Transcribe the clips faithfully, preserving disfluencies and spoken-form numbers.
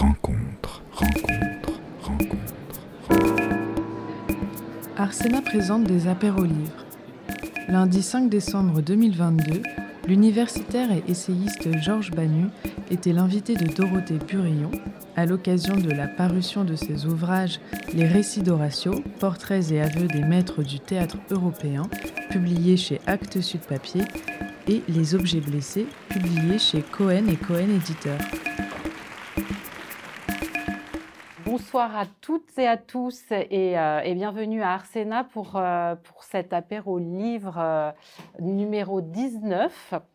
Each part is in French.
rencontre, rencontre, rencontre. Arsena présente des apéros-livres. Lundi cinq décembre deux mille vingt-deux, l'universitaire et essayiste Georges Banu était l'invité de Dorothée Burillon à l'occasion de la parution de ses ouvrages Les Récits d'Horatio, portraits et aveux des maîtres du théâtre européen, publiés chez Actes Sud Papier, et Les Objets blessés, publiés chez Cohen et Cohen Éditeurs. Bonsoir à toutes et à tous et, euh, et bienvenue à Arsena pour, euh, pour cet apéro livre euh, numéro dix-neuf euh,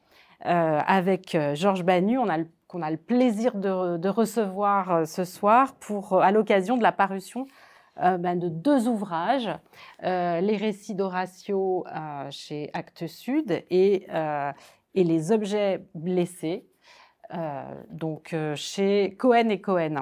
avec Georges Banu, on a le, qu'on a le plaisir de, de recevoir euh, ce soir pour, à l'occasion de la parution euh, ben, de deux ouvrages, euh, Les Récits d'Horatio euh, chez Actes Sud et, euh, et Les Objets blessés euh, donc, euh, chez Cohen et Cohen.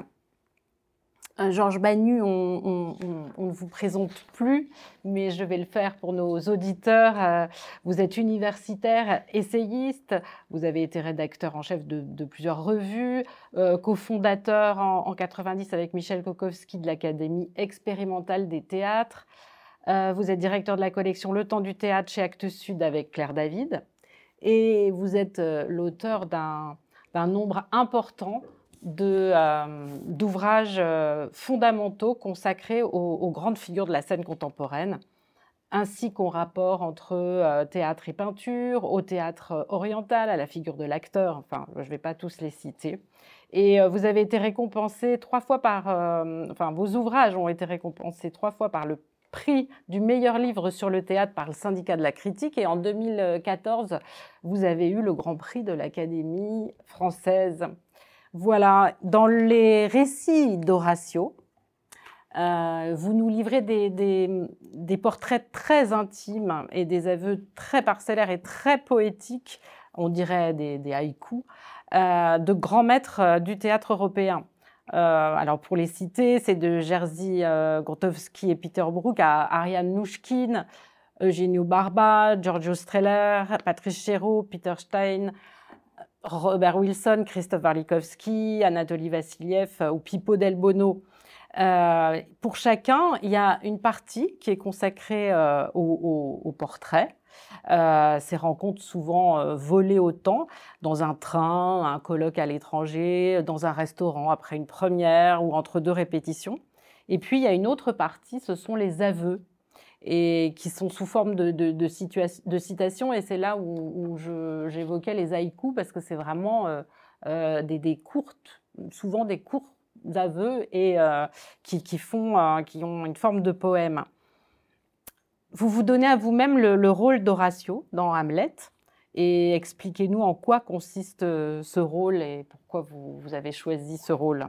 Georges Banu, on, on, on, on ne vous présente plus, mais je vais le faire pour nos auditeurs. Vous êtes universitaire, essayiste, vous avez été rédacteur en chef de, de plusieurs revues, euh, cofondateur en, en quatre-vingt-dix avec Michel Kokowski de l'Académie expérimentale des théâtres. Euh, vous êtes directeur de la collection Le Temps du théâtre chez Actes Sud avec Claire David. Et vous êtes euh, l'auteur d'un, d'un nombre important De, euh, d'ouvrages euh, fondamentaux consacrés aux, aux grandes figures de la scène contemporaine, ainsi qu'au rapport entre euh, théâtre et peinture, au théâtre oriental, à la figure de l'acteur, enfin, je ne vais pas tous les citer. Et euh, vous avez été récompensé trois fois par... Euh, enfin, vos ouvrages ont été récompensés trois fois par le prix du meilleur livre sur le théâtre par le syndicat de la critique. Et en deux mille quatorze, vous avez eu le grand prix de l'Académie française. Voilà, dans les récits d'Horatio, euh, vous nous livrez des, des, des portraits très intimes et des aveux très parcellaires et très poétiques, on dirait des, des haïkus, euh, de grands maîtres du théâtre européen. Euh, alors pour les citer, c'est de Jerzy euh, Grotowski et Peter Brook à Ariane Nouchkine, Eugenio Barba, Giorgio Strehler, Patrice Chéreau, Peter Stein, Robert Wilson, Christophe Warlikowski, Anatoly Vassiliev ou Pippo Del Bono. Euh, pour chacun, il y a une partie qui est consacrée euh, au, au, au portrait. Euh, ces rencontres souvent euh, volées au temps, dans un train, un colloque à l'étranger, dans un restaurant après une première ou entre deux répétitions. Et puis, il y a une autre partie, ce sont les aveux, et qui sont sous forme de, de, de, situa- de citations. Et c'est là où, où je, j'évoquais les haïkus, parce que c'est vraiment euh, euh, des, des courtes, souvent des courts aveux et euh, qui, qui, font, euh, qui ont une forme de poème. Vous vous donnez à vous-même le, le rôle d'Horatio dans Hamlet, et expliquez-nous en quoi consiste ce rôle et pourquoi vous, vous avez choisi ce rôle.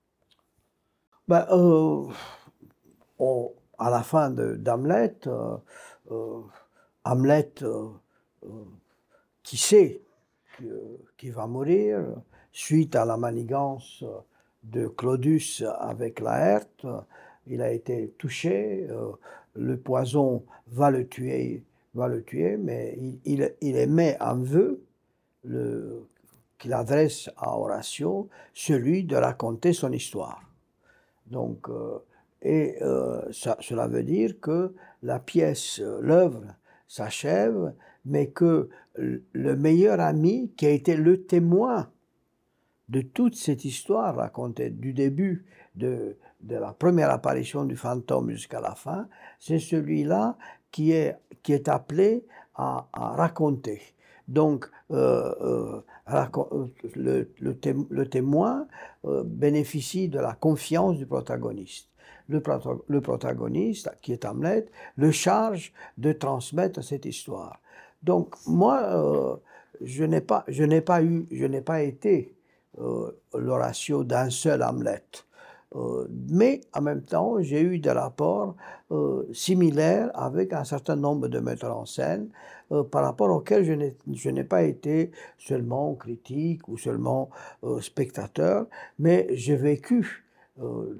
Ben, euh, on, à la fin de, d'Hamlet, euh, euh, Hamlet euh, euh, qui sait qu'il qui va mourir suite à la manigance de Claudius avec Laërte, il a été touché, euh, le poison va le tuer, va le tuer, mais il, il, il émet un vœu le, qu'il adresse à Horatio, celui de raconter son histoire. Donc, euh, et euh, ça, cela veut dire que la pièce, l'œuvre s'achève, mais que le meilleur ami qui a été le témoin de toute cette histoire racontée du début de, de la première apparition du fantôme jusqu'à la fin, c'est celui-là qui est, qui est appelé à, à raconter. Donc, euh, euh, le, le, té, le témoin euh, bénéficie de la confiance du protagoniste. Le, le protagoniste, qui est Hamlet, le charge de transmettre cette histoire. Donc, moi, euh, je n'ai pas, je n'ai pas eu, je n'ai pas été euh, l'Horatio d'un seul Hamlet. Euh, mais en même temps, j'ai eu des rapports euh, similaires avec un certain nombre de metteurs en scène euh, par rapport auxquels je n'ai, je n'ai pas été seulement critique ou seulement euh, spectateur, mais j'ai vécu euh,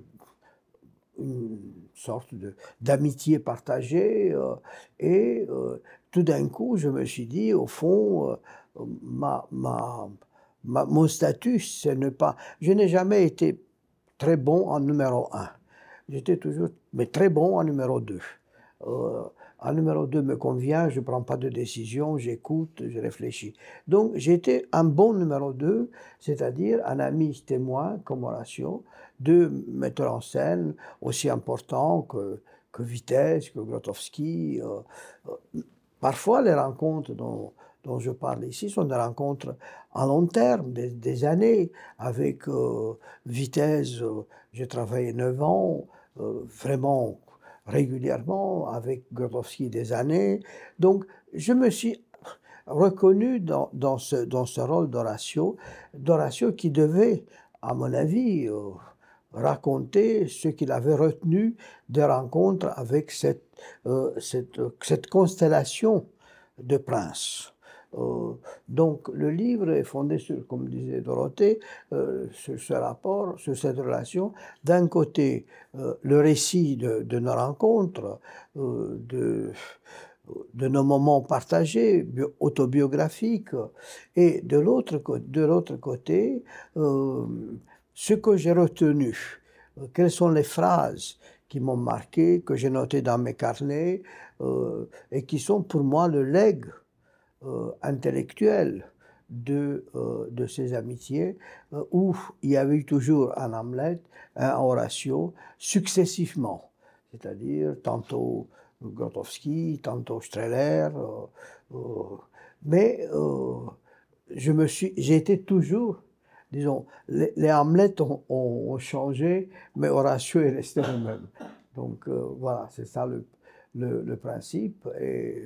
une sorte de, d'amitié partagée euh, et euh, tout d'un coup, je me suis dit, au fond, euh, ma, ma, ma, mon statut, c'est ne pas... Je n'ai jamais été très bon en numéro un. J'étais toujours, mais très bon en numéro deux. Euh, en numéro deux me convient, je ne prends pas de décision, j'écoute, je réfléchis. Donc j'étais un bon numéro deux, c'est-à-dire un ami témoin comme Horatio, deux metteurs en scène aussi importants que, que Vitesse, que Grotowski. Euh, euh, parfois les rencontres dont, dont je parle ici sont des rencontres à long terme, des, des années. Avec euh, Vitesse, euh, j'ai travaillé neuf ans, euh, vraiment régulièrement, avec Grotowski des années. Donc, je me suis reconnu dans, dans, ce, dans ce rôle d'Horatio, d'Horatio qui devait, à mon avis, euh, raconter ce qu'il avait retenu des rencontres avec cette, euh, cette, cette constellation de princes. Euh, donc le livre est fondé sur, comme disait Dorothée, euh, sur ce rapport, sur cette relation. D'un côté, euh, le récit de, de nos rencontres, euh, de, de nos moments partagés, bio, autobiographiques, et de l'autre, de l'autre côté, euh, ce que j'ai retenu, euh, quelles sont les phrases qui m'ont marqué, que j'ai notées dans mes carnets, euh, et qui sont pour moi le legs Euh, intellectuel de, euh, de ces amitiés, euh, où il y avait toujours un Hamlet, un Horatio, successivement, c'est-à-dire tantôt Grotowski, tantôt Streller, euh, euh, mais euh, je me suis, j'ai été toujours, disons, les, les Hamlet ont, ont, ont changé, mais Horatio est resté le même. Donc euh, voilà, c'est ça le, le, le principe. Et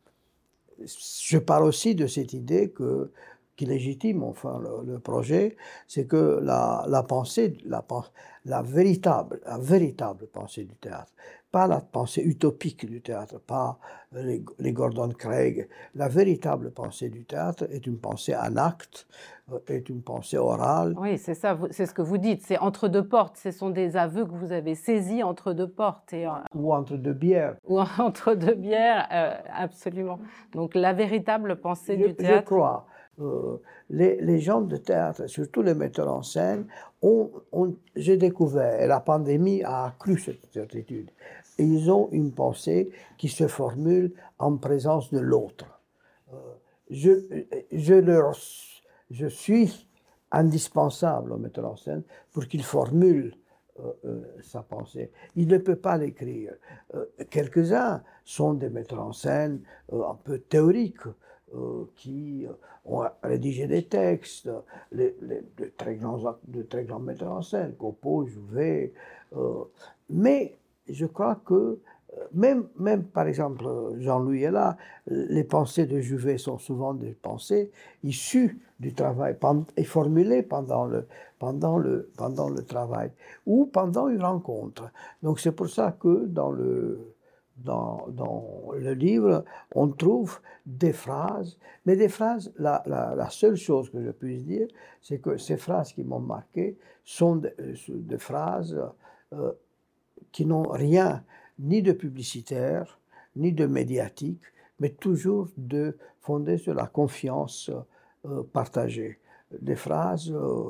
je pars aussi de cette idée que, qui légitime enfin le, le projet, c'est que la, la pensée, la, la, véritable, la véritable pensée du théâtre, pas la pensée utopique du théâtre, pas les, les Gordon Craig, la véritable pensée du théâtre est une pensée en acte, est une pensée orale. Oui, c'est ça, c'est ce que vous dites, c'est entre deux portes, ce sont des aveux que vous avez saisis entre deux portes. Et, ou entre deux bières. Ou entre deux bières, euh, absolument. Donc la véritable pensée je, du théâtre. Je crois. Euh, les, les gens de théâtre, surtout les metteurs en scène, ont, ont, j'ai découvert, et la pandémie a accru cette certitude, et ils ont une pensée qui se formule en présence de l'autre. Euh, je, je, leur, je suis indispensable au metteur en scène pour qu'il formule euh, euh, sa pensée. Il ne peut pas l'écrire. Euh, quelques-uns sont des metteurs en scène euh, un peu théoriques, Euh, qui ont rédigé des textes, les, les, de, très grands, de très grands metteurs en scène, Copeau, Jouvet. Euh, mais je crois que, même, même par exemple, Jean-Louis est là, les pensées de Jouvet sont souvent des pensées issues du travail et formulées pendant le, pendant, le, pendant le travail ou pendant une rencontre. Donc c'est pour ça que dans le... Dans, dans le livre, on trouve des phrases, mais des phrases, la, la, la seule chose que je puisse dire, c'est que ces phrases qui m'ont marqué sont des de phrases euh, qui n'ont rien ni de publicitaire, ni de médiatique, mais toujours de, fondées sur la confiance euh, partagée. Des phrases euh,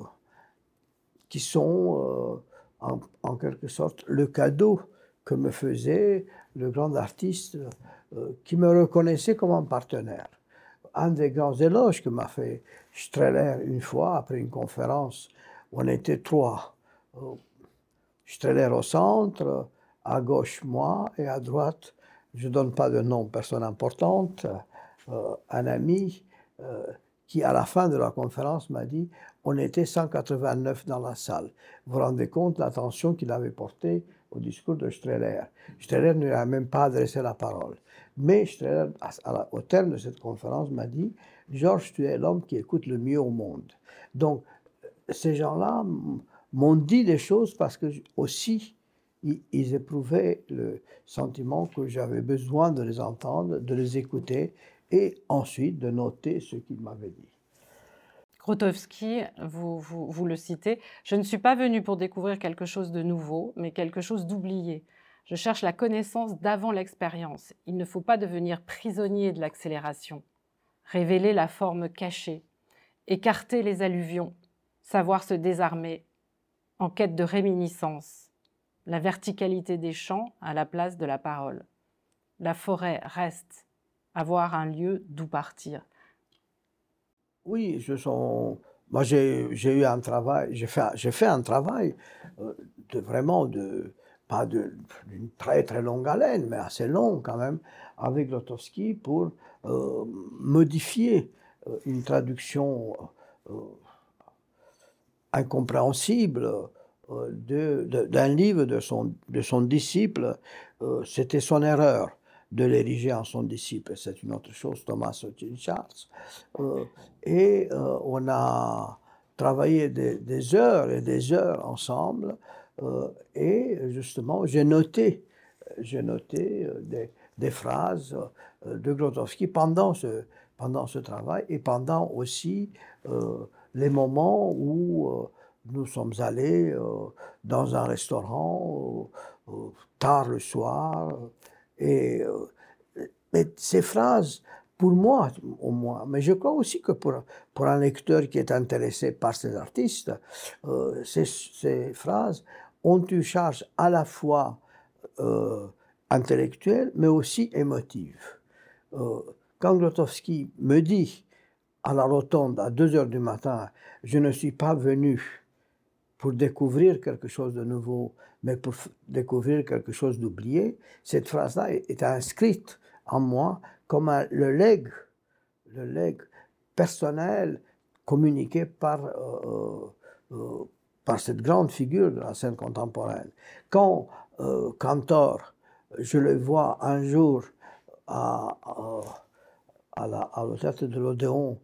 qui sont euh, en, en quelque sorte le cadeau que me faisait le grand artiste euh, qui me reconnaissait comme un partenaire. Un des grands éloges que m'a fait Streller une fois après une conférence où on était trois. Euh, Streller au centre, à gauche moi et à droite, je ne donne pas de nom, personne importante, euh, un ami euh, qui à la fin de la conférence m'a dit « on était cent quatre-vingt-neuf dans la salle ». Vous vous rendez compte l'attention qu'il avait portée au discours de Streller. Streller ne lui a même pas adressé la parole. Mais Streller, à, à, au terme de cette conférence, m'a dit « Georges, tu es l'homme qui écoute le mieux au monde ». Donc, ces gens-là m'ont dit des choses parce que aussi, ils, ils éprouvaient le sentiment que j'avais besoin de les entendre, de les écouter et ensuite de noter ce qu'ils m'avaient dit. Grotowski, vous, vous, vous le citez, « Je ne suis pas venu pour découvrir quelque chose de nouveau, mais quelque chose d'oublié. Je cherche la connaissance d'avant l'expérience. Il ne faut pas devenir prisonnier de l'accélération. Révéler la forme cachée, écarter les alluvions, savoir se désarmer, en quête de réminiscence, la verticalité des champs à la place de la parole. La forêt reste, avoir un lieu d'où partir. Oui, ce sont. Moi, j'ai j'ai eu un travail, j'ai fait, j'ai fait un travail euh, de vraiment de pas de- d'une très très longue haleine, mais assez long quand même, avec Grotowski pour euh, modifier euh, une traduction euh, incompréhensible euh, de- de- d'un livre de son, de son disciple. Euh, c'était son erreur de l'ériger en son disciple. C'est une autre chose, Thomas Charles. Euh, et euh, on a travaillé des, des heures et des heures ensemble. Euh, et justement, j'ai noté, j'ai noté euh, des, des phrases euh, de Grotowski pendant ce, pendant ce travail et pendant aussi euh, les moments où euh, nous sommes allés euh, dans un restaurant euh, euh, tard le soir. Et, euh, mais ces phrases, pour moi au moins, mais je crois aussi que pour, pour un lecteur qui est intéressé par ces artistes, euh, ces, ces phrases ont une charge à la fois euh, intellectuelle, mais aussi émotive. Euh, quand Grotowski me dit à la rotonde à deux heures du matin, je ne suis pas venu pour découvrir quelque chose de nouveau, mais pour découvrir quelque chose d'oublié, cette phrase-là est, est inscrite en moi comme un, le legs, le legs personnel communiqué par, euh, euh, par cette grande figure de la scène contemporaine. Quand euh, Cantor, je le vois un jour à, à, à, la, à l'hôtel de l'Odéon,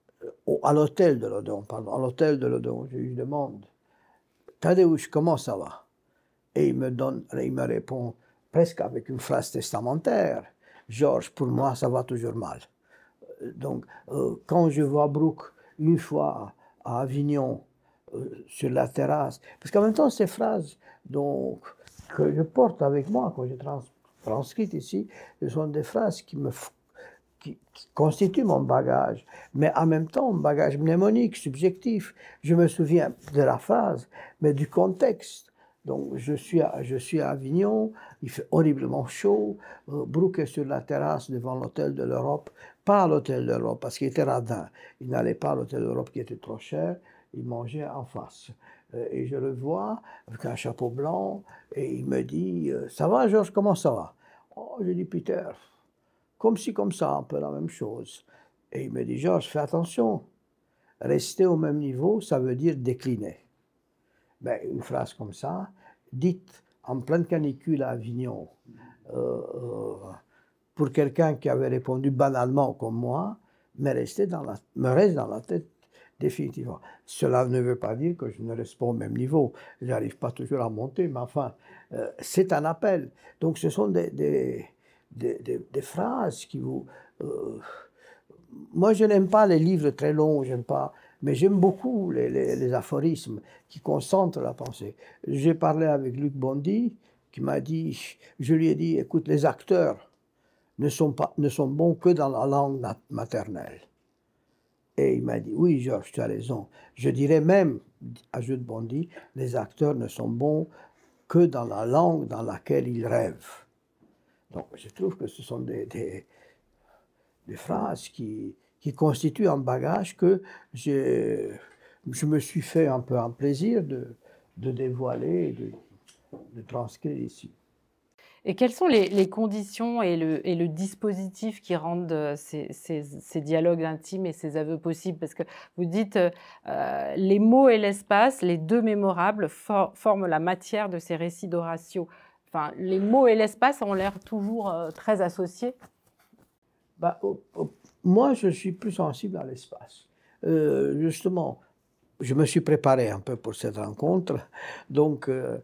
à l'hôtel de l'Odéon, pardon, à l'hôtel de l'Odéon, je lui demande, Tadeusz, comment ça va? Et il me donne, il me répond presque avec une phrase testamentaire, Georges, pour moi, ça va toujours mal. Donc, euh, quand je vois Brooke une fois à Avignon, euh, sur la terrasse, parce qu'en même temps, ces phrases donc, que je porte avec moi, quand je trans transcrite ici, ce sont des phrases qui me qui, qui constituent mon bagage, mais en même temps, mon bagage mnémonique, subjectif. Je me souviens de la phrase, mais du contexte. Donc, je suis à, je suis à Avignon, il fait horriblement chaud, euh, Brooke est sur la terrasse devant l'hôtel de l'Europe, pas à l'hôtel de l'Europe, parce qu'il était radin. Il n'allait pas à l'hôtel de l'Europe qui était trop cher, il mangeait en face. Euh, et je le vois avec un chapeau blanc, et il me dit, euh, ça va Georges, comment ça va? Oh, je dis, Peter, comme ci, comme ça, un peu la même chose. Et il me dit, Georges, fais attention, rester au même niveau, ça veut dire décliner. Ben, une phrase comme ça, dite en pleine canicule à Avignon, euh, euh, pour quelqu'un qui avait répondu banalement comme moi, me, restait dans la, me reste dans la tête définitivement. Cela ne veut pas dire que je ne reste pas au même niveau. Je n'arrive pas toujours à monter, mais enfin, euh, c'est un appel. Donc ce sont des, des, des, des, des phrases qui vous... Euh, moi, je n'aime pas les livres très longs, j'aime pas, mais j'aime beaucoup les, les, les aphorismes qui concentrent la pensée. J'ai parlé avec Luc Bondy, qui m'a dit, je lui ai dit, écoute, les acteurs ne sont, pas, ne sont bons que dans la langue maternelle. Et il m'a dit, oui, Georges, tu as raison. Je dirais même, ajoute Bondy, les acteurs ne sont bons que dans la langue dans laquelle ils rêvent. Donc, je trouve que ce sont des, des, des phrases qui, qui constituent un bagage que je, je me suis fait un peu un plaisir de, de dévoiler et de, de transcrire ici. Et quelles sont les, les conditions et le, et le dispositif qui rendent ces, ces, ces dialogues intimes et ces aveux possibles? Parce que vous dites euh, les mots et l'espace, les deux mémorables, for, forment la matière de ces récits d'Horatio. Enfin, les mots et l'espace ont l'air toujours euh, très associés. Bah, oh, oh, moi, je suis plus sensible à l'espace. Euh, justement, je me suis préparé un peu pour cette rencontre, donc euh,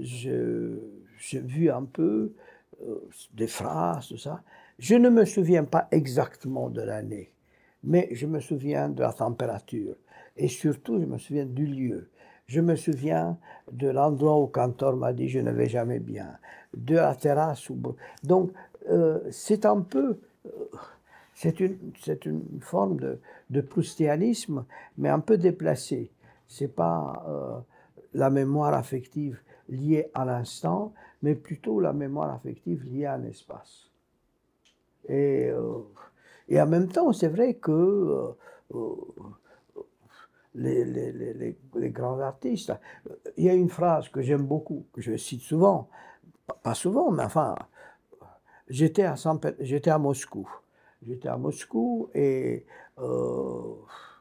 j'ai vu un peu euh, des phrases, tout ça. Je ne me souviens pas exactement de l'année, mais je me souviens de la température et surtout je me souviens du lieu. Je me souviens de l'endroit où Cantor m'a dit je ne vais jamais bien, de la terrasse où... Donc euh, c'est un peu... Euh, c'est une, c'est une forme de, de proustianisme, mais un peu déplacée. C'est pas, euh, la mémoire affective liée à l'instant, mais plutôt la mémoire affective liée à un espace. Et, euh, et en même temps, c'est vrai que euh, euh, les, les, les, les grands artistes, il y a une phrase que j'aime beaucoup, que je cite souvent, pas souvent, mais enfin, j'étais à, j'étais à Moscou. J'étais à Moscou et euh,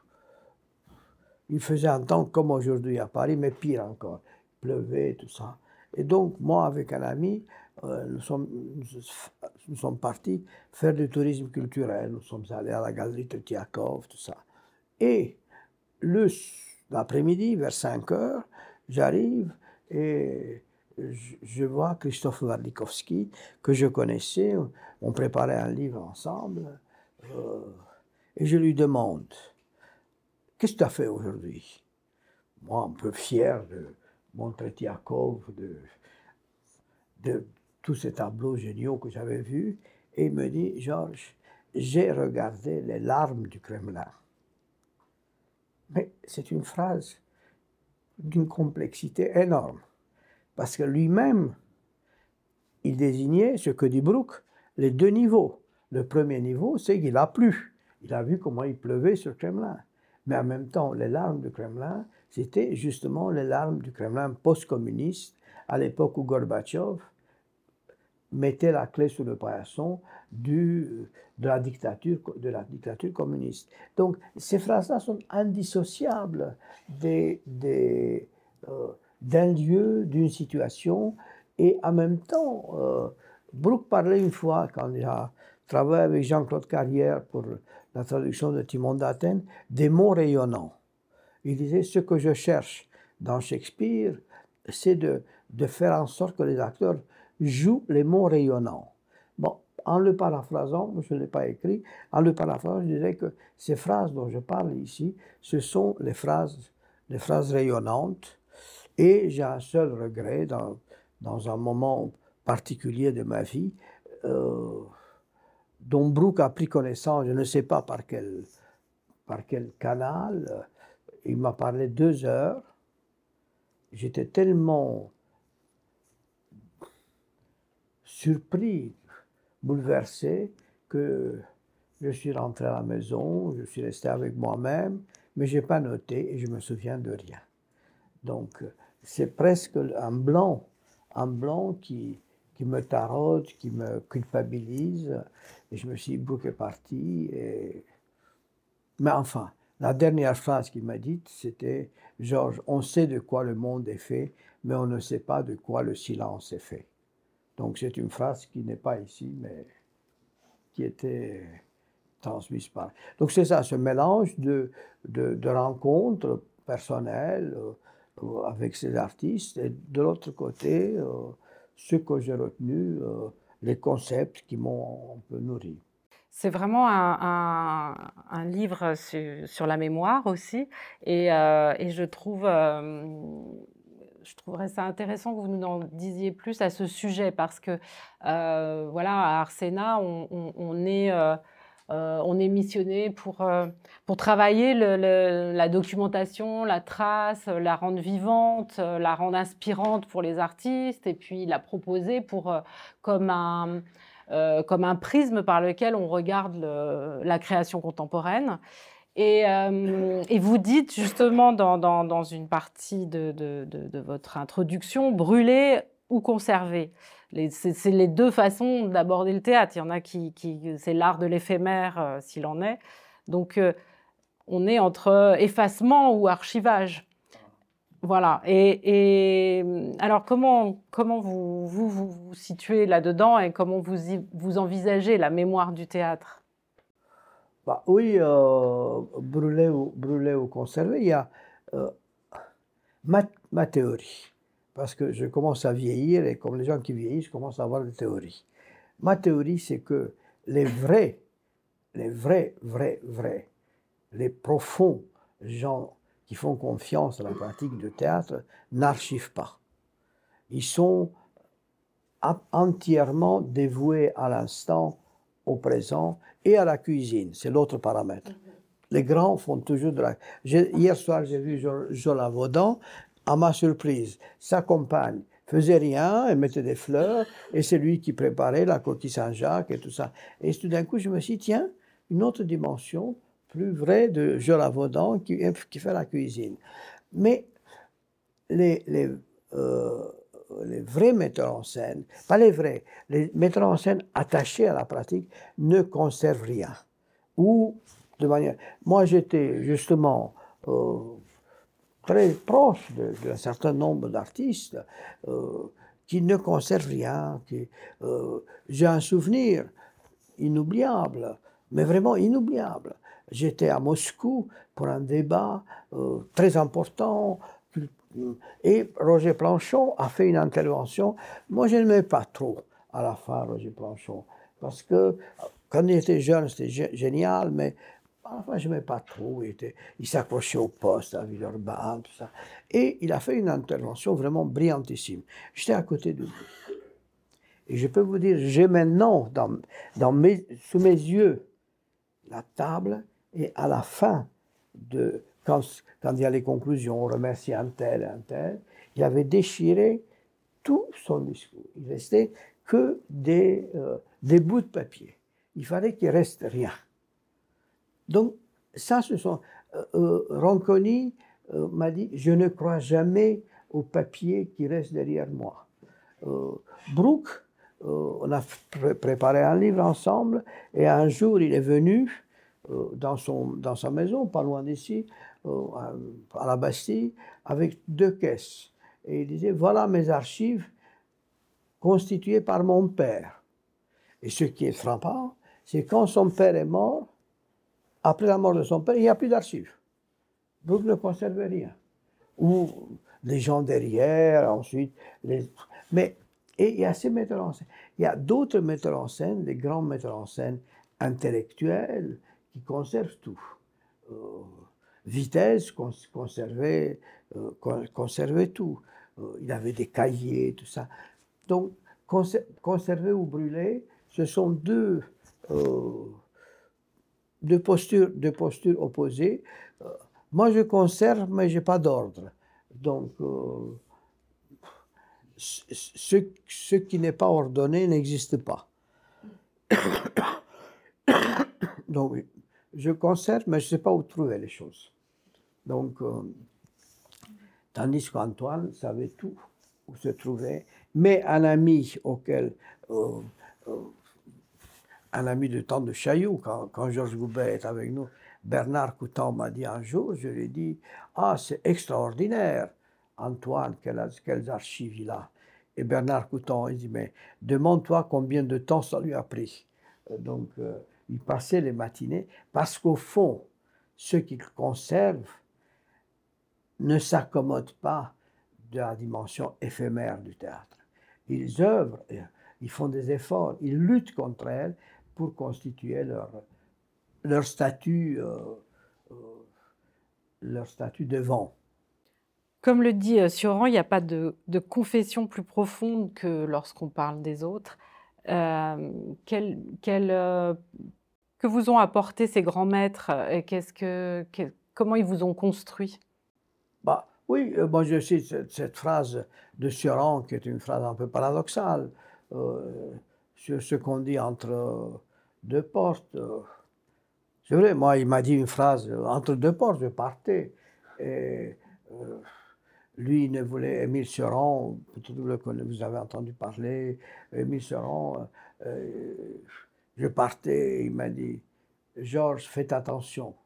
il faisait un temps comme aujourd'hui à Paris, mais pire encore. Il pleuvait, tout ça. Et donc, moi, avec un ami, euh, nous, sommes, nous, nous sommes partis faire du tourisme culturel. Nous sommes allés à la galerie Tretiakov, tout ça. Et le, l'après-midi, vers cinq heures, j'arrive et je, je vois Christophe Warlikowski, que je connaissais. On préparait un livre ensemble. Euh, et je lui demande, qu'est-ce que tu as fait aujourd'hui? Moi, un peu fier de mon Tretiakov, de, de tous ces tableaux géniaux que j'avais vus. Et il me dit, Georges, j'ai regardé les larmes du Kremlin. Mais c'est une phrase d'une complexité énorme. Parce que lui-même, il désignait ce que dit Brooke, les deux niveaux. Le premier niveau, c'est qu'il a plu. Il a vu comment il pleuvait sur le Kremlin. Mais en même temps, les larmes du Kremlin, c'était justement les larmes du Kremlin post-communiste, à l'époque où Gorbatchev mettait la clé sous le paillasson du, de, la dictature, de la dictature communiste. Donc, ces phrases-là sont indissociables des, des, euh, d'un lieu, d'une situation, et en même temps, euh, Brooke parlait une fois, quand il a travaillé avec Jean-Claude Carrière pour la traduction de Timon d'Athènes, des mots rayonnants. Il disait, ce que je cherche dans Shakespeare, c'est de, de faire en sorte que les acteurs jouent les mots rayonnants. Bon, en le paraphrasant, je ne l'ai pas écrit, en le paraphrasant, je dirais que ces phrases dont je parle ici, ce sont les phrases, les phrases rayonnantes, et j'ai un seul regret dans, dans un moment particulier de ma vie, euh, dont Brooke a pris connaissance, je ne sais pas par quel, par quel canal. Il m'a parlé deux heures. J'étais tellement surpris, bouleversé, que je suis rentré à la maison, je suis resté avec moi-même, mais je n'ai pas noté et je me souviens de rien. Donc, c'est presque un blanc, un blanc qui, qui me taraude, qui me culpabilise. Et je me suis dit, Brooke est parti. Et... Mais enfin, la dernière phrase qu'il m'a dite, c'était « Georges, on sait de quoi le monde est fait, mais on ne sait pas de quoi le silence est fait. » Donc c'est une phrase qui n'est pas ici, mais qui était transmise par... Donc c'est ça, ce mélange de, de, de rencontres personnelles euh, avec ces artistes, et de l'autre côté, euh, ce que j'ai retenu, euh, les concepts qui m'ont un peu nourri. C'est vraiment un, un, un livre sur, sur la mémoire aussi, et, euh, et je trouve, euh, je trouverais ça intéressant que vous nous en disiez plus à ce sujet, parce que euh, voilà, à Arsena, on, on, on est euh, euh, on est missionné pour euh, pour travailler le, le, la documentation, la trace, la rendre vivante, la rendre inspirante pour les artistes, et puis la proposer pour euh, comme un Euh, comme un prisme par lequel on regarde le, la création contemporaine. Et, euh, et vous dites justement dans, dans, dans une partie de, de, de, de votre introduction, brûler ou conserver. C'est, c'est les deux façons d'aborder le théâtre. Il y en a qui, qui c'est l'art de l'éphémère, euh, s'il en est. Donc euh, on est entre effacement ou archivage. Voilà. Et, et alors, comment, comment vous, vous vous vous situez là-dedans et comment vous, y, vous envisagez la mémoire du théâtre? Bah, oui, euh, brûler, ou, brûler ou conserver, il y a euh, ma, ma théorie. Parce que je commence à vieillir et comme les gens qui vieillissent, je commence à avoir des théories. Ma théorie, c'est que les vrais, les vrais, vrais, vrais, les profonds gens qui font confiance à la pratique du théâtre n'archivent pas. Ils sont entièrement dévoués à l'instant, au présent et à la cuisine. C'est l'autre paramètre. Les grands font toujours de la... Hier soir, j'ai vu Jola Vaudan à ma surprise, sa compagne faisait rien, elle mettait des fleurs, et c'est lui qui préparait la coquille Saint-Jacques et tout ça. Et tout d'un coup, je me suis dit, tiens, une autre dimension, plus vraie de Joravaudan qui, qui fait la cuisine. Mais les, les, euh, les vrais metteurs en scène, pas les vrais, les metteurs en scène attachés à la pratique ne conservent rien. Ou de manière... Moi, j'étais justement euh, très proche d'un certain nombre d'artistes euh, qui ne conservent rien. Qui, euh, j'ai un souvenir inoubliable, mais vraiment inoubliable. J'étais à Moscou pour un débat euh, très important et Roger Planchon a fait une intervention. Moi, je n'aimais pas trop à la fin Roger Planchon parce que quand il était jeune, c'était génial, mais à la fin, je n'aimais pas trop. Il, était, il s'accrochait au poste à Villeurbanne, tout ça. Et il a fait une intervention vraiment brillantissime. J'étais à côté de lui. Et je peux vous dire, j'ai maintenant dans, dans mes, sous mes yeux la table, et à la fin, de, quand, quand il y a les conclusions, on remercie un tel, un tel, il avait déchiré tout son discours. Il ne restait que des, euh, des bouts de papier. Il fallait qu'il ne reste rien. Donc, ça, ce sont... Euh, euh, Ronconi euh, m'a dit, je ne crois jamais au papier qui reste derrière moi. Euh, Brooke, Euh, on a pr préparé un livre ensemble et un jour il est venu euh, dans, son, dans sa maison, pas loin d'ici, euh, à la Bastille, avec deux caisses. Et il disait, voilà mes archives constituées par mon père. Et ce qui est frappant, c'est quand son père est mort, après la mort de son père, il n'y a plus d'archives. Brooke ne conservait rien. Ou les gens derrière, ensuite... Les... Mais Et il y a ces metteurs en scène. Il y a d'autres metteurs en scène, des grands metteurs en scène intellectuels qui conservent tout. Euh, Vitesse cons conservait, euh, conservait tout. Euh, il avait des cahiers, tout ça. Donc, cons conserver ou brûler, ce sont deux, euh, deux, postures, deux postures opposées. Euh, moi, je conserve, mais je n'ai pas d'ordre. Donc... Euh, Ce, ce qui n'est pas ordonné n'existe pas. Donc, oui, je conserve, mais je ne sais pas où trouver les choses. Donc, euh, tandis qu'Antoine savait tout, où se trouvait. Mais un ami auquel, euh, euh, un ami de temps de Chailloux, quand, quand Georges Goubet est avec nous, Bernard Coutan m'a dit un jour, je lui ai dit, ah, c'est extraordinaire, Antoine, quelles, quelles archives il a. Et Bernard Coutan, il dit, mais demande-toi combien de temps ça lui a pris. Donc, euh, il passait les matinées, parce qu'au fond, ceux qu'il conserve ne s'accommodent pas de la dimension éphémère du théâtre. Ils œuvrent, ils font des efforts, ils luttent contre elle pour constituer leur, leur statut, euh, euh, leur statut de vent. Comme le dit Sioran, il n'y a pas de, de confession plus profonde que lorsqu'on parle des autres. Euh, quel, quel, euh, que vous ont apporté ces grands maîtres et qu'est-ce que, que, comment ils vous ont construit? Bah, oui, euh, moi je cite cette, cette phrase de Sioran qui est une phrase un peu paradoxale euh, sur ce qu'on dit entre deux portes. C'est vrai, moi il m'a dit une phrase, entre deux portes je partais. Et, euh, lui, il ne voulait, Émile Sioran, peut-être vous, vous avez entendu parler, Émile Sioran, euh, je partais, il m'a dit, Georges, faites attention,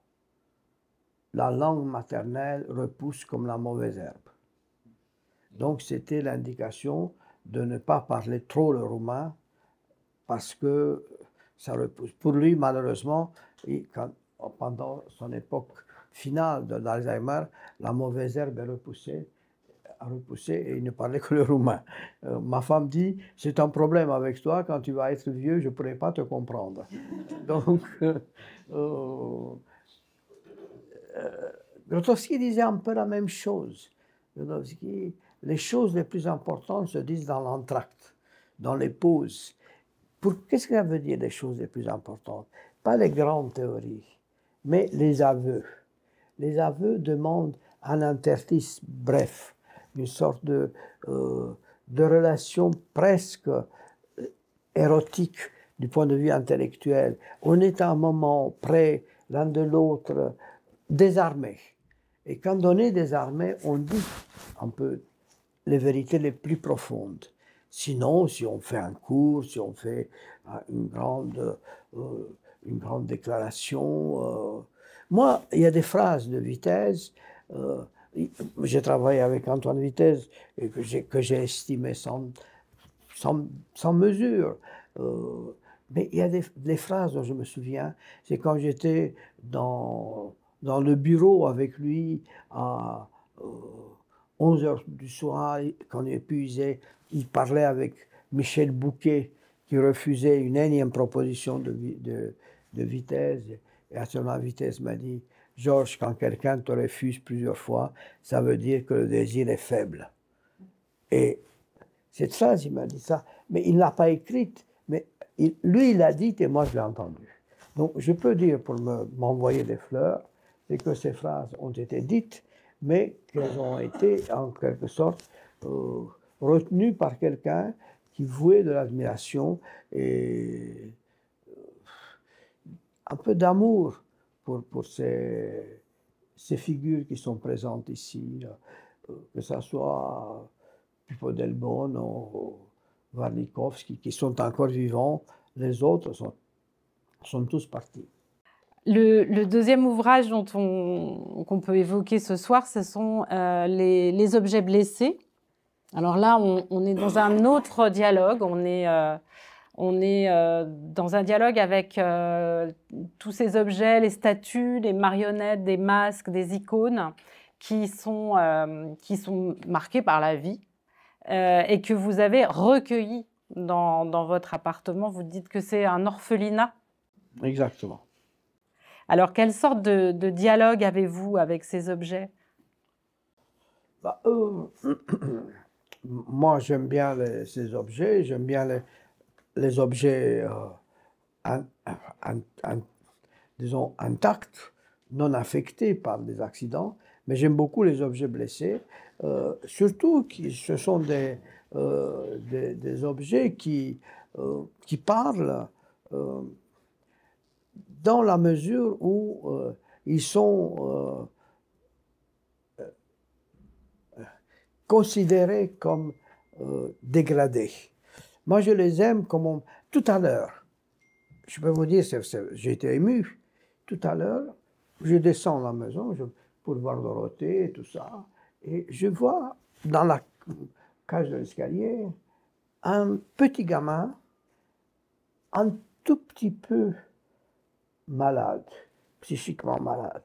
la langue maternelle repousse comme la mauvaise herbe. Donc c'était l'indication de ne pas parler trop le roumain, parce que ça repousse. Pour lui, malheureusement, il, quand, pendant son époque finale de l'Alzheimer, la mauvaise herbe est repoussée. à repousser et il ne parlait que le roumain. Euh, ma femme dit, c'est un problème avec toi, quand tu vas être vieux, je ne pourrai pas te comprendre. Donc, euh, euh, Grotowski disait un peu la même chose. Grotowski, les choses les plus importantes se disent dans l'entracte, dans les pauses. Qu'est-ce que ça veut dire les choses les plus importantes? Pas les grandes théories, mais les aveux. Les aveux demandent un interstice bref. une sorte de, euh, de relation presque érotique du point de vue intellectuel. On est à un moment près l'un de l'autre, désarmés. Et quand on est désarmé, on dit un peu les vérités les plus profondes. Sinon, si on fait un cours, si on fait une grande, euh, une grande déclaration... Euh, moi, il y a des phrases de Vitesse. Euh, j'ai travaillé avec Antoine Vitesse et que j'ai, que j'ai estimé sans, sans, sans mesure. Euh, mais il y a des, des phrases dont je me souviens. C'est quand j'étais dans, dans le bureau avec lui à euh, onze heures du soir, quand il épuisait, il parlait avec Michel Bouquet qui refusait une énième proposition de, de, de Vitesse. Et à ce moment, Vitesse m'a dit, Georges, quand quelqu'un te refuse plusieurs fois, ça veut dire que le désir est faible. Et cette phrase, il m'a dit ça, mais il ne l'a pas écrite, mais il, lui, il l'a dite et moi, je l'ai entendue. Donc, je peux dire, pour me, m'envoyer des fleurs, c'est que ces phrases ont été dites, mais qu'elles ont été, en quelque sorte, euh, retenues par quelqu'un qui vouait de l'admiration et un peu d'amour pour, pour ces, ces figures qui sont présentes ici, euh, que ce soit Pipo del Bono ou Warlikowski, qui sont encore vivants. Les autres sont, sont tous partis. Le, le deuxième ouvrage dont on, qu'on peut évoquer ce soir, ce sont euh, les, les objets blessés. Alors là, on, on est dans un autre dialogue. On est... Euh, On est euh, dans un dialogue avec euh, tous ces objets, les statues, les marionnettes, des masques, des icônes qui sont, euh, qui sont marqués par la vie euh, et que vous avez recueillis dans, dans votre appartement. Vous dites que c'est un orphelinat. Exactement. Alors, quelle sorte de, de dialogue avez-vous avec ces objets? Bah, euh, moi, j'aime bien les, ces objets, j'aime bien les, les objets, euh, un, un, un, disons, intacts, non affectés par des accidents, mais j'aime beaucoup les objets blessés, euh, surtout que ce sont des, euh, des, des objets qui, euh, qui parlent euh, dans la mesure où euh, ils sont euh, considérés comme euh, dégradés. Moi, je les aime comme on... Tout à l'heure, je peux vous dire, j'ai été ému. Tout à l'heure, je descends à la maison je, pour voir Dorothée et tout ça, et je vois dans la cage de l'escalier un petit gamin, un tout petit peu malade, psychiquement malade.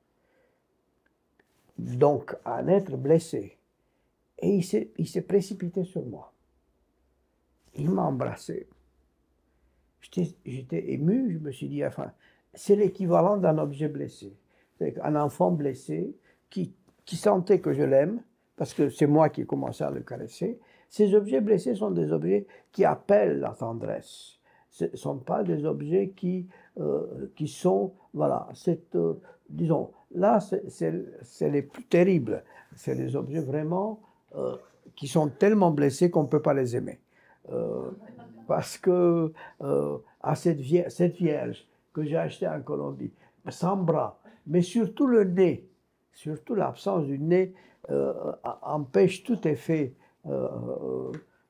Donc, un être blessé. Et il s'est, il s'est précipité sur moi. Il m'a embrassé. J'étais, j'étais ému, je me suis dit, enfin, c'est l'équivalent d'un objet blessé. C'est un enfant blessé qui, qui sentait que je l'aime, parce que c'est moi qui ai commencé à le caresser. Ces objets blessés sont des objets qui appellent la tendresse. Ce ne sont pas des objets qui, euh, qui sont, voilà, cette, euh, disons, là, c'est, c'est, c'est les plus terribles. C'est des objets vraiment euh, qui sont tellement blessés qu'on ne peut pas les aimer. Euh, parce que euh, à cette, vier- cette vierge que j'ai achetée en Colombie, sans bras, mais surtout le nez, surtout l'absence du nez euh, empêche tout effet euh,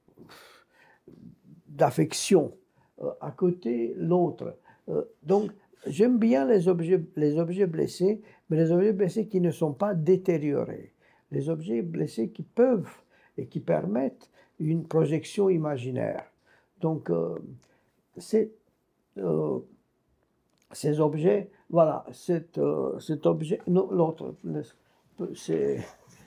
d'affection. Euh, à côté, l'autre. Euh, donc, j'aime bien les objets, les objets blessés, mais les objets blessés qui ne sont pas détériorés. Les objets blessés qui peuvent et qui permettent une projection imaginaire. Donc, euh, c'est, euh, ces objets, voilà, cet, euh, cet objet, non, l'autre, c'est,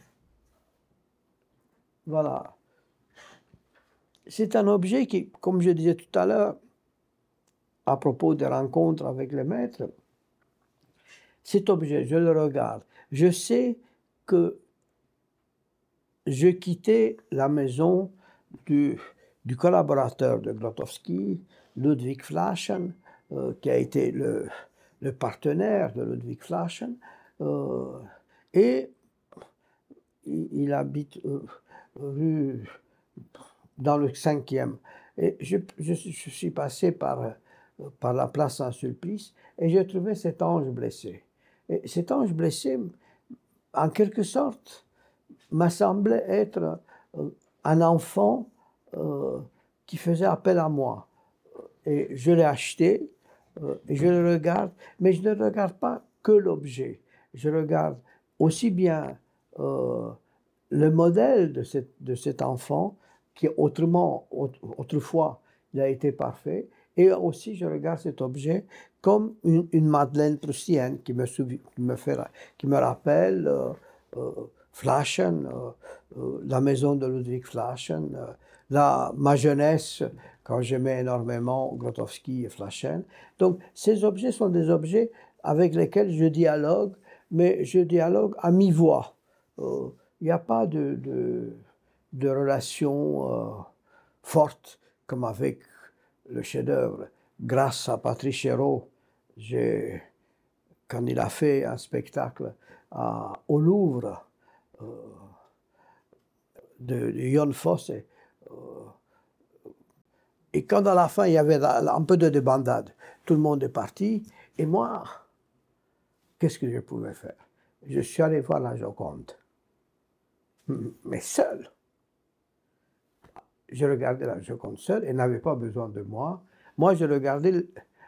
voilà, c'est un objet qui, comme je disais tout à l'heure, à propos des rencontres avec les maîtres, cet objet, je le regarde, je sais que je quittais la maison du, du collaborateur de Grotowski, Ludwig Flaschen, euh, qui a été le, le partenaire de Ludwig Flaschen, euh, et il, il habite euh, rue dans le cinquième. Et je, je, je suis passé par, euh, par la place Saint-Sulpice et j'ai trouvé cet ange blessé. Et cet ange blessé, en quelque sorte, m'a semblé être euh, un enfant euh, qui faisait appel à moi. Et je l'ai acheté euh, et je le regarde, mais je ne regarde pas que l'objet. Je regarde aussi bien euh, le modèle de, cette, de cet enfant qui autrement, autrefois, il a été parfait, et aussi je regarde cet objet comme une, une Madeleine proustienne qui me, souvi- qui me, fait, qui me rappelle euh, euh, Flaschen, euh, euh, la maison de Ludwig Flaschen, euh, la, ma jeunesse, quand j'aimais énormément Grotowski et Flaschen. Donc ces objets sont des objets avec lesquels je dialogue, mais je dialogue à mi-voix. Euh, Il n'y a pas de, de, de relation euh, forte comme avec le chef-d'œuvre. Grâce à Patrice Chéreau, j'ai, quand il a fait un spectacle à, au Louvre euh, de, de Jon Fosse, euh, et quand à la fin il y avait un peu de débandade, tout le monde est parti, et moi, qu'est-ce que je pouvais faire? Je suis allé voir la Joconde, mais seul. Je regardais la Joconde seule, elle n'avait pas besoin de moi. Moi, je regardais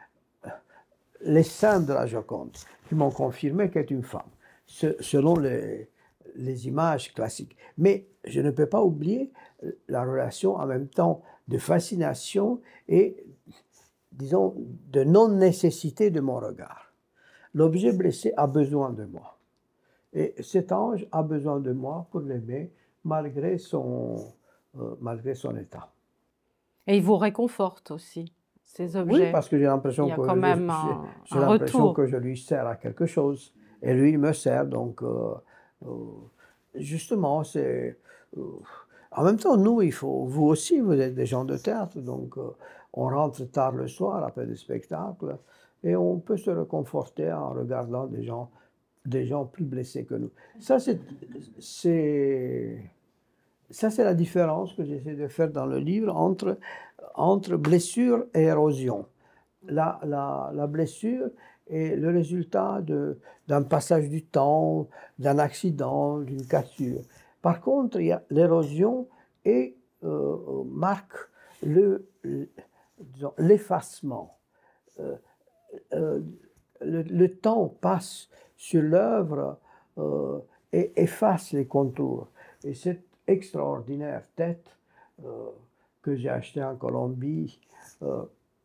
les seins de la Joconde, qui m'ont confirmé qu'elle est une femme, selon les, les images classiques. Mais je ne peux pas oublier la relation en même temps de fascination et, disons, de non-nécessité de mon regard. L'objet blessé a besoin de moi. Et cet ange a besoin de moi pour l'aimer, malgré son, euh, malgré son état. Et il vous réconforte aussi, ces objets. Oui, parce que j'ai Il l'impression y a que, quand même j'ai, un, j'ai un l'impression retour. que je lui sers à quelque chose. Et lui, il me sert. Donc, euh, euh, justement, c'est... Euh, en même temps, nous, il faut... Vous aussi, vous êtes des gens de théâtre. Donc, euh, on rentre tard le soir après des spectacles. Et on peut se réconforter en regardant des gens, des gens plus blessés que nous. Ça, c'est... c'est Ça, c'est la différence que j'essaie de faire dans le livre entre, entre blessure et érosion. La, la, la blessure est le résultat de, d'un passage du temps, d'un accident, d'une cassure. Par contre, il y a l'érosion et euh, marque le, le, disons, l'effacement. Euh, euh, le, le temps passe sur l'œuvre euh, et efface les contours. Et cette extraordinaire tête euh, que j'ai achetée en Colombie euh,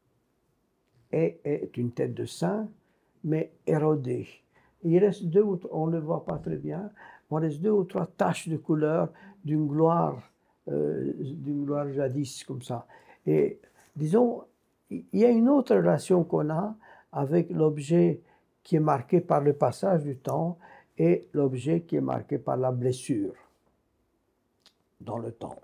est, est une tête de saint, mais érodée. Il reste deux ou trois, on ne le voit pas très bien, il reste deux ou trois taches de couleur d'une gloire, euh, d'une gloire jadis, comme ça. Et disons, il y a une autre relation qu'on a avec l'objet qui est marqué par le passage du temps et l'objet qui est marqué par la blessure dans le temps.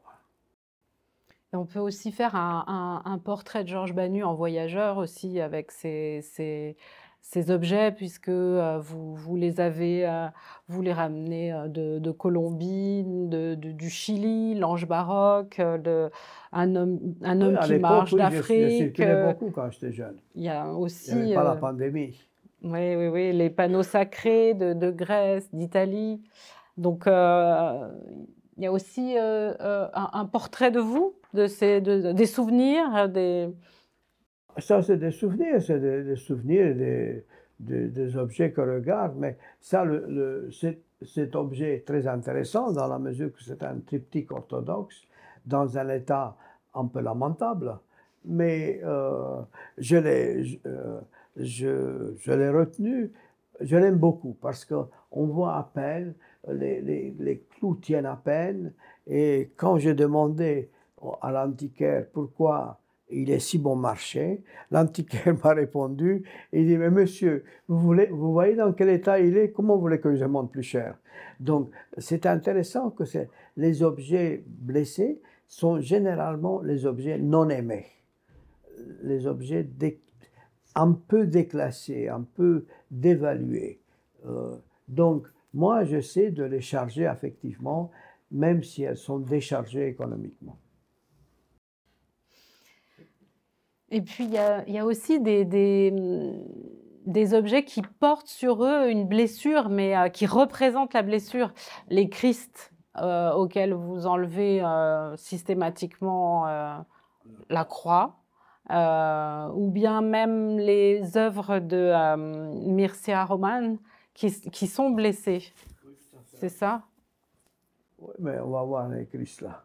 Et on peut aussi faire un, un, un portrait de Georges Banu en voyageur aussi avec ces, ces, ces objets puisque euh, vous, vous les avez, euh, vous les ramenez euh, de, de Colombie, de, de, du Chili, l'ange baroque, euh, de, un homme, un Oui, homme à qui l'époque, marche oui, je, je d'Afrique. circulais euh, beaucoup quand j'étais jeune. Il y a Il n'y avait aussi pas la euh, pandémie. oui, oui, oui, les panneaux sacrés de, de Grèce, d'Italie. Donc, euh, il y a aussi euh, euh, un, un portrait de vous, de ces, de, des souvenirs, des... Ça, c'est des souvenirs, c'est des, des souvenirs des, des, des objets que regarde, mais ça, le, le, cet, cet objet est très intéressant dans la mesure que c'est un triptyque orthodoxe dans un état un peu lamentable, mais euh, je l'ai je, euh, je, je l'ai retenu, je l'aime beaucoup parce qu'on voit à peine, les, les, les clous tiennent à peine, et quand j'ai demandé à l'antiquaire pourquoi il est si bon marché, l'antiquaire m'a répondu, il dit, mais monsieur, vous, voulez, vous voyez dans quel état il est, comment vous voulez que je monte plus cher? Donc, c'est intéressant que les objets blessés sont généralement les objets non aimés, les objets dé, un peu déclassés, un peu dévalués. Euh, donc, Moi, j'essaie de les charger affectivement, même si elles sont déchargées économiquement. Et puis, il y a, il y a aussi des, des, des objets qui portent sur eux une blessure, mais euh, qui représentent la blessure. Les Christ euh, auxquels vous enlevez euh, systématiquement euh, la croix, euh, ou bien même les œuvres de euh, Mircea Roman qui, qui sont blessées. C'est ça? Oui, mais on va voir les Christ là.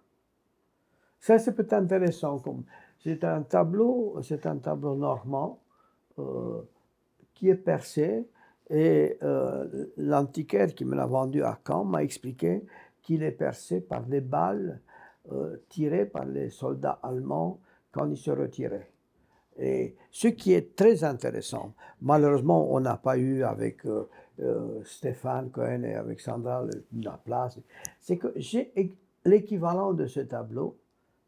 Ça, c'est peut-être intéressant. Comme... C'est un tableau, c'est un tableau normand euh, qui est percé. Et euh, l'antiquaire qui me l'a vendu à Caen m'a expliqué qu'il est percé par des balles euh, tirées par les soldats allemands quand ils se retiraient. Et ce qui est très intéressant, malheureusement, on n'a pas eu avec euh, euh, Stéphane Cohen et avec Sandra le, la place, c'est que j'ai l'équivalent de ce tableau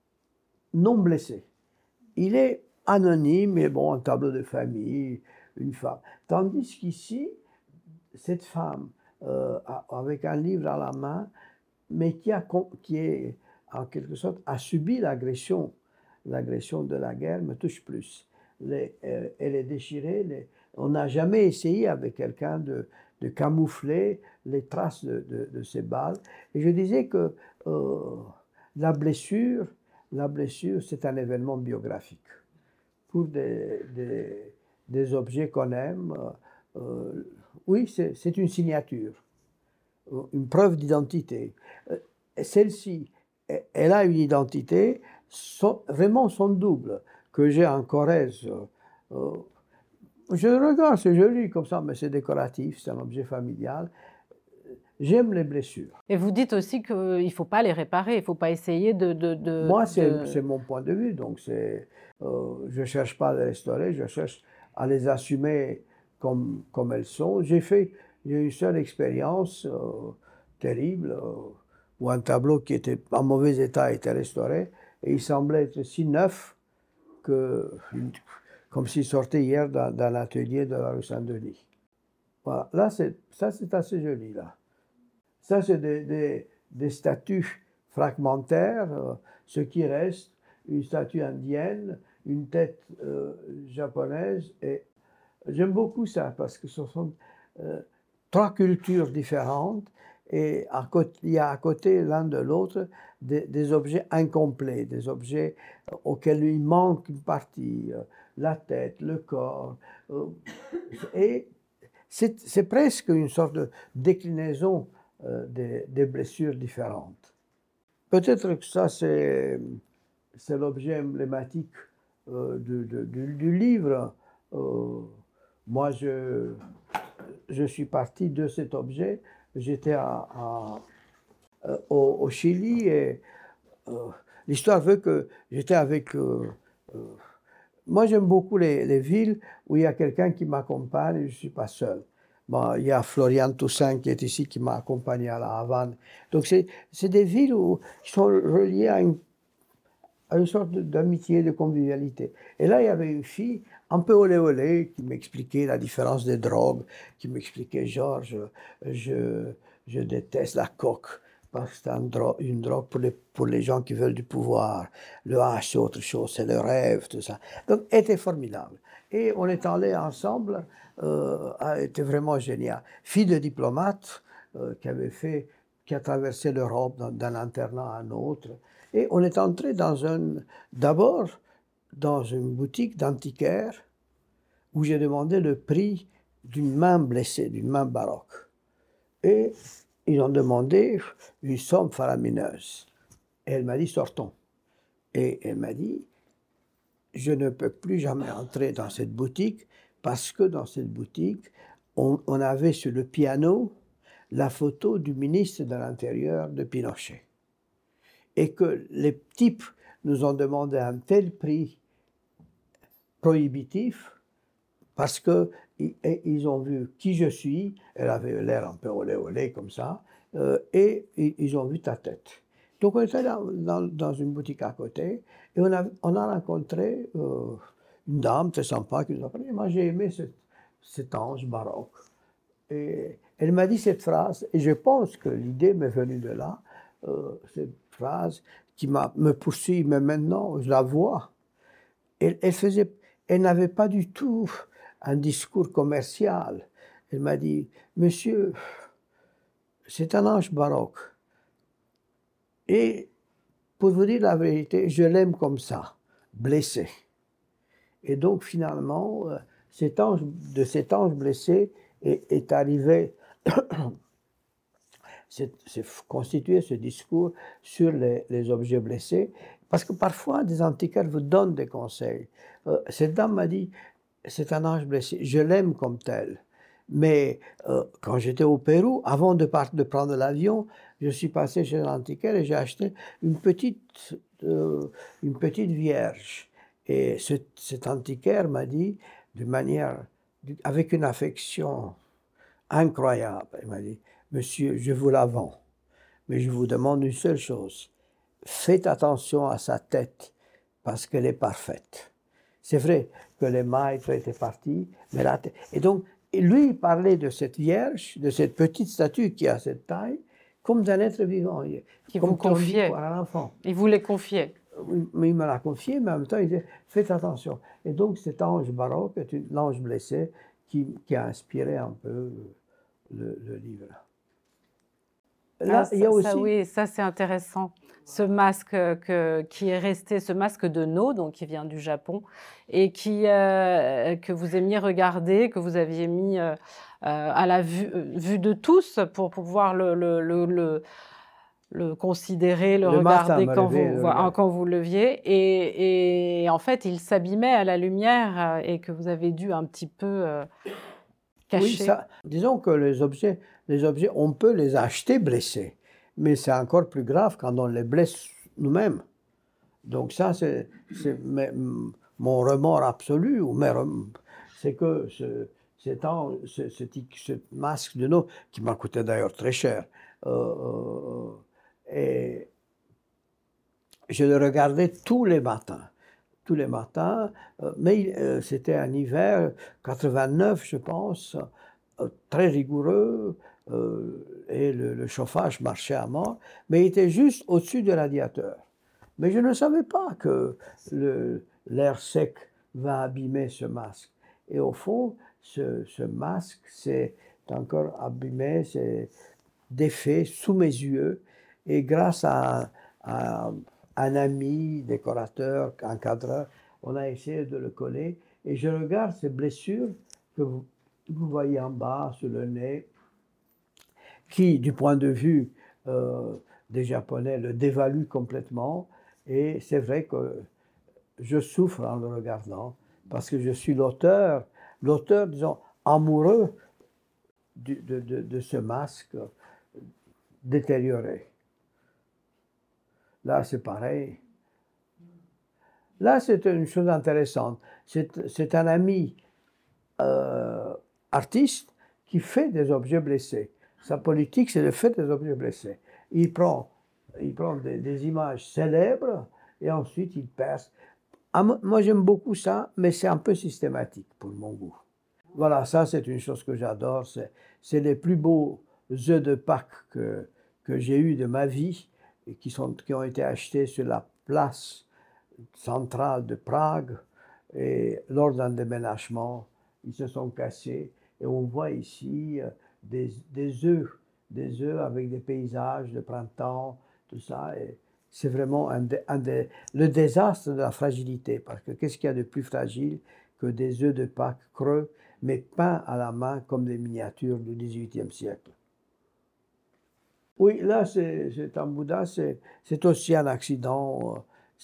non blessé. Il est anonyme, mais bon, un tableau de famille, une femme. Tandis qu'ici, cette femme, euh, avec un livre à la main, mais qui, a, qui est, en quelque sorte, a subi l'agression, l'agression de la guerre, me touche plus. Les, euh, elle est déchirée. Les, on n'a jamais essayé avec quelqu'un de, de camoufler les traces de, de, de ces balles. Et je disais que euh, la blessure, la blessure, c'est un événement biographique. Pour des, des, des objets qu'on aime, euh, oui, c'est une signature, une preuve d'identité. Celle-ci, elle a une identité, son, vraiment son double, que j'ai en Corrèze. Euh, je regarde, c'est joli comme ça, mais c'est décoratif, c'est un objet familial. J'aime les blessures. Et vous dites aussi qu'il ne faut pas les réparer, il ne faut pas essayer de... de, de Moi, c'est de... mon point de vue, donc euh, je ne cherche pas à les restaurer, je cherche à les assumer comme, comme elles sont. J'ai fait, j'ai eu une seule expérience euh, terrible, euh, où un tableau qui était en mauvais état a été restauré, et il semblait être si neuf que, comme s'il sortait hier d'un atelier de la rue Saint-Denis. Voilà. Là, ça c'est assez joli, là. Ça, c'est des, des, des statues fragmentaires, euh, ce qui reste, une statue indienne, une tête euh, japonaise, et j'aime beaucoup ça, parce que ce sont euh, trois cultures différentes, et à côté, il y a à côté l'un de l'autre des, des objets incomplets, des objets auxquels il manque une partie, euh, la tête, le corps, euh, et c'est presque une sorte de déclinaison euh, des, des blessures différentes. Peut-être que ça, c'est l'objet emblématique euh, du, du, du livre. Euh, moi, je, je suis parti de cet objet. J'étais à, à, euh, au, au Chili et euh, l'histoire veut que j'étais avec... Euh, euh, moi, j'aime beaucoup les, les villes où il y a quelqu'un qui m'accompagne et je ne suis pas seul. Bon, il y a Florian Toussaint qui est ici, qui m'a accompagné à la Havane. Donc, c'est des villes où, qui sont reliées à une, à une sorte d'amitié, de convivialité. Et là, il y avait une fille un peu olé olé qui m'expliquait la différence des drogues, qui m'expliquait, Georges, je, je déteste la coke, parce que c'est un dro une drogue pour les, pour les gens qui veulent du pouvoir. Le hache, c'est autre chose, c'est le rêve, tout ça. Donc, était formidable. Et on est allés ensemble, euh, a été vraiment génial. Fille de diplomate, euh, qui avait fait, qui a traversé l'Europe d'un internat à un autre. Et on est entré dans un, d'abord, dans une boutique d'antiquaire, où j'ai demandé le prix d'une main blessée, d'une main baroque. Et ils ont demandé une somme faramineuse. Et elle m'a dit, sortons. Et elle m'a dit, je ne peux plus jamais entrer dans cette boutique parce que dans cette boutique, on, on avait sur le piano la photo du ministre de l'Intérieur de Pinochet. Et que les types nous ont demandé un tel prix prohibitif parce qu'ils ont vu qui je suis, elle avait l'air un peu olé olé comme ça, euh, et ils ont vu ta tête. Donc on était dans, dans, dans une boutique à côté, et on a, on a rencontré euh, une dame très sympa qui nous a parlé. Moi j'ai aimé cet, cet ange baroque. Et Elle m'a dit cette phrase, et je pense que l'idée m'est venue de là, euh, cette phrase qui m'a, me poursuit, mais maintenant, je la vois. Elle, elle faisait, elle n'avait pas du tout un discours commercial. Elle m'a dit, monsieur, c'est un ange baroque. Et pour vous dire la vérité, je l'aime comme ça, blessé. Et donc finalement, euh, cet ange, de cet ange blessé est, est arrivé, c'est constitué ce discours sur les, les objets blessés, parce que parfois des antiquaires vous donnent des conseils. Euh, cette dame m'a dit, c'est un ange blessé, je l'aime comme tel. Mais euh, quand j'étais au Pérou, avant de, part, de prendre l'avion, je suis passé chez l'antiquaire et j'ai acheté une petite, euh, une petite vierge. Et ce, cet antiquaire m'a dit, de manière, avec une affection incroyable, il m'a dit, monsieur, je vous la vends, mais je vous demande une seule chose, faites attention à sa tête, parce qu'elle est parfaite. C'est vrai que les mailles étaient parties, mais la tête... Et donc, lui, il parlait de cette vierge, de cette petite statue qui a cette taille, comme d'un être vivant. Qui comme vous confiait. À un enfant. Il vous les confiait. Mais il me l'a confié, mais en même temps, il disait, faites attention. Et donc, cet ange baroque est l'ange blessé qui, qui a inspiré un peu le, le livre. Là, ah, il y a ça, aussi... ça, oui, ça c'est intéressant. Ce masque que, qui est resté, ce masque de No, donc qui vient du Japon, et qui, euh, que vous aimiez regarder, que vous aviez mis euh, à la vue, vue de tous pour pouvoir le, le, le, le, le considérer, le, le regarder matin, quand, lever, vous, le quand vous leviez. Et, et en fait, il s'abîmait à la lumière et que vous avez dû un petit peu euh, cacher. Oui, ça, disons que les objets, les objets, on peut les acheter blessés. Mais c'est encore plus grave quand on les blesse nous-mêmes. Donc ça, c'est mon remords absolu. C'est que ce, cet an, ce, ce, ce masque de No, qui m'a coûté d'ailleurs très cher, euh, et je le regardais tous les matins. Tous les matins, euh, mais euh, c'était un hiver quatre-vingt-neuf, je pense, euh, très rigoureux. Euh, et le, le chauffage marchait à mort, mais il était juste au-dessus du radiateur. Mais je ne savais pas que l'air sec va abîmer ce masque. Et au fond, ce, ce masque s'est encore abîmé, c'est défait sous mes yeux, et grâce à, à un ami, décorateur, encadreur, on a essayé de le coller, et je regarde ces blessures que vous, vous voyez en bas, sur le nez, qui, du point de vue euh, des Japonais, le dévalue complètement. Et c'est vrai que je souffre en le regardant, parce que je suis l'auteur, l'auteur, disons, amoureux du, de, de, de ce masque détérioré. Là, c'est pareil. Là, c'est une chose intéressante. C'est un ami euh, artiste qui fait des objets blessés. Sa politique, c'est le fait des objets blessés. Il prend, il prend des, des images célèbres et ensuite il perce. Ah, moi, j'aime beaucoup ça, mais c'est un peu systématique pour mon goût. Voilà, ça, c'est une chose que j'adore. C'est les plus beaux œufs de Pâques que, que j'ai eus de ma vie et qui, sont, qui ont été achetés sur la place centrale de Prague. Et lors d'un déménagement, ils se sont cassés. Et on voit ici des, des œufs, des œufs avec des paysages de printemps, tout ça. C'est vraiment un, de, un de, le désastre de la fragilité, parce que qu'est-ce qu'il y a de plus fragile que des œufs de Pâques creux, mais peints à la main comme des miniatures du dix-huitième siècle. Oui, là, c'est un Bouddha, c'est aussi un accident.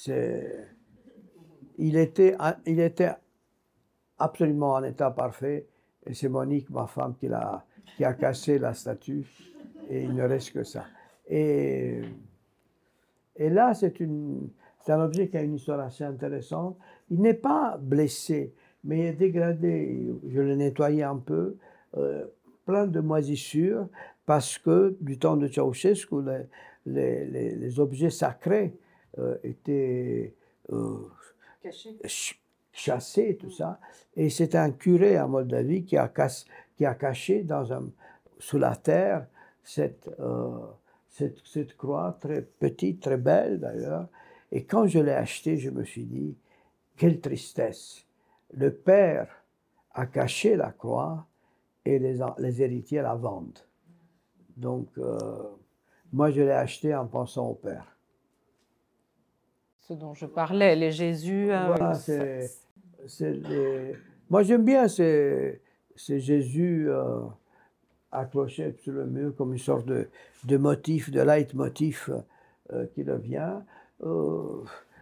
Il était, il était absolument en état parfait, et c'est Monique, ma femme, qui a, qui a cassé la statue, et il ne reste que ça. Et, et là, c'est un objet qui a une histoire assez intéressante. Il n'est pas blessé, mais il est dégradé. Je l'ai nettoyé un peu, euh, plein de moisissures, parce que du temps de Ceausescu, les, les, les, les objets sacrés euh, étaient euh, ch chassés, tout ça. Et c'est un curé en Moldavie qui a, casse, qui a caché dans un, sous la terre cette, euh, cette, cette croix très petite, très belle d'ailleurs. Et quand je l'ai achetée, je me suis dit, quelle tristesse. Le père a caché la croix et les, les héritiers la vendent. Donc, euh, moi, je l'ai achetée en pensant au père. Ce dont je parlais, les Jésus. Euh, voilà, c'est, c'est les... Moi, j'aime bien ces, ces Jésus euh, accrochés sur le mur comme une sorte de, de motif, de leitmotiv euh, qui revient. Euh,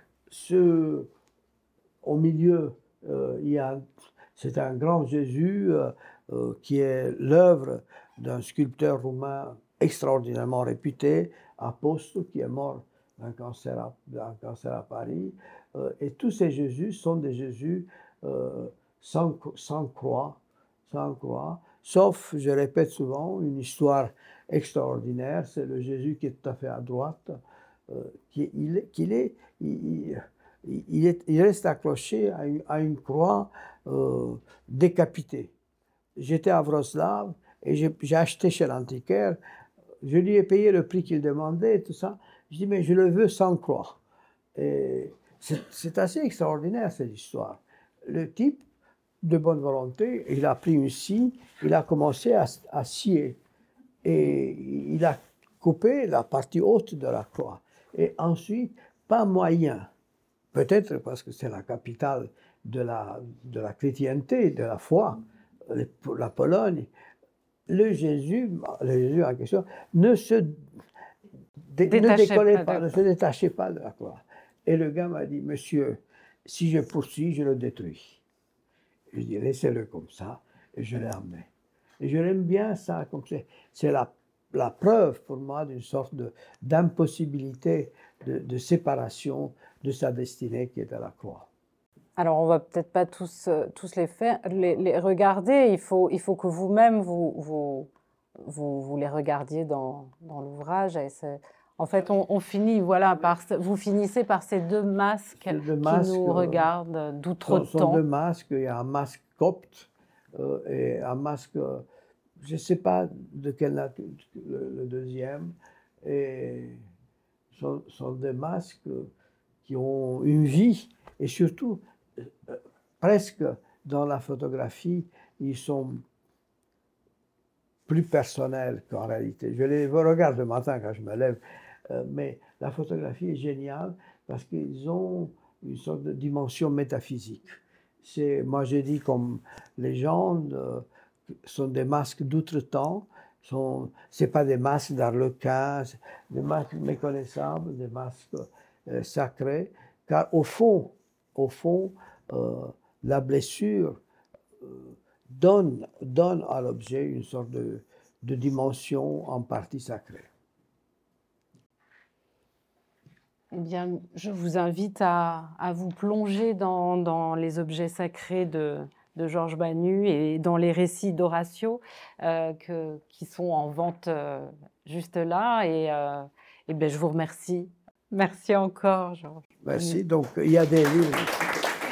ce, au milieu, euh, il y a, c'est un grand Jésus euh, euh, qui est l'œuvre d'un sculpteur roumain extraordinairement réputé, Apostu, qui est mort d'un cancer à, d'un cancer à Paris. Euh, et tous ces Jésus sont des Jésus euh, sans, sans croix, sans croix, sauf, je répète souvent, une histoire extraordinaire, c'est le Jésus qui est tout à fait à droite, euh, qui il, qu'il est, il, il, est, il reste accroché à une, à une croix euh, décapitée. J'étais à Wrocław et j'ai, j'ai acheté chez l'antiquaire. Je lui ai payé le prix qu'il demandait, tout ça. Je dis, mais je le veux sans croix. Et c'est, c'est assez extraordinaire, cette histoire. Le type, de bonne volonté, il a pris une scie, il a commencé à, à scier. Et il a coupé la partie haute de la croix. Et ensuite, pas moyen, peut-être parce que c'est la capitale de la, de la chrétienté, de la foi, la Pologne, le Jésus, le Jésus en question, ne se, dé, ne décollait pas, pas de... ne se détachait pas de la croix. Et le gars m'a dit, monsieur, si je poursuis, je le détruis. Je dis, laissez-le comme ça, et je l'ai amené. Et je l'aime bien ça, comme c'est, c'est la, la preuve pour moi d'une sorte de, d'impossibilité, de, de séparation de sa destinée qui est à la croix. Alors, on ne va peut-être pas tous, tous les, faire, les, les regarder, il faut, il faut que vous-même, vous, vous, vous, vous les regardiez dans, dans l'ouvrage. Et c'est, en fait, on, on finit, voilà, par, vous finissez par ces deux masques ces deux qui masques, nous regardent d'outre-temps. Ce sont deux masques, il y a un masque copte euh, et un masque, je ne sais pas de quel nature, le, le deuxième, et ce sont, sont des masques qui ont une vie, et surtout, euh, presque dans la photographie, ils sont plus personnels qu'en réalité. Je les regarde le matin quand je me lève, euh, mais la photographie est géniale parce qu'ils ont une sorte de dimension métaphysique. C'est, moi, j'ai dit comme légende, euh, sont des masques d'outre-temps, ce n'est pas des masques d'arlequins, des masques méconnaissables, des masques euh, sacrés, car au fond, au fond, euh, la blessure euh, donne, donne à l'objet une sorte de, de dimension en partie sacrée. Eh bien, je vous invite à, à vous plonger dans, dans les objets sacrés de, de Georges Banu et dans les récits d'Horatio euh, que, qui sont en vente euh, juste là. Et, euh, et bien, je vous remercie. Merci encore, Georges. Merci. Donc, il y a des livres.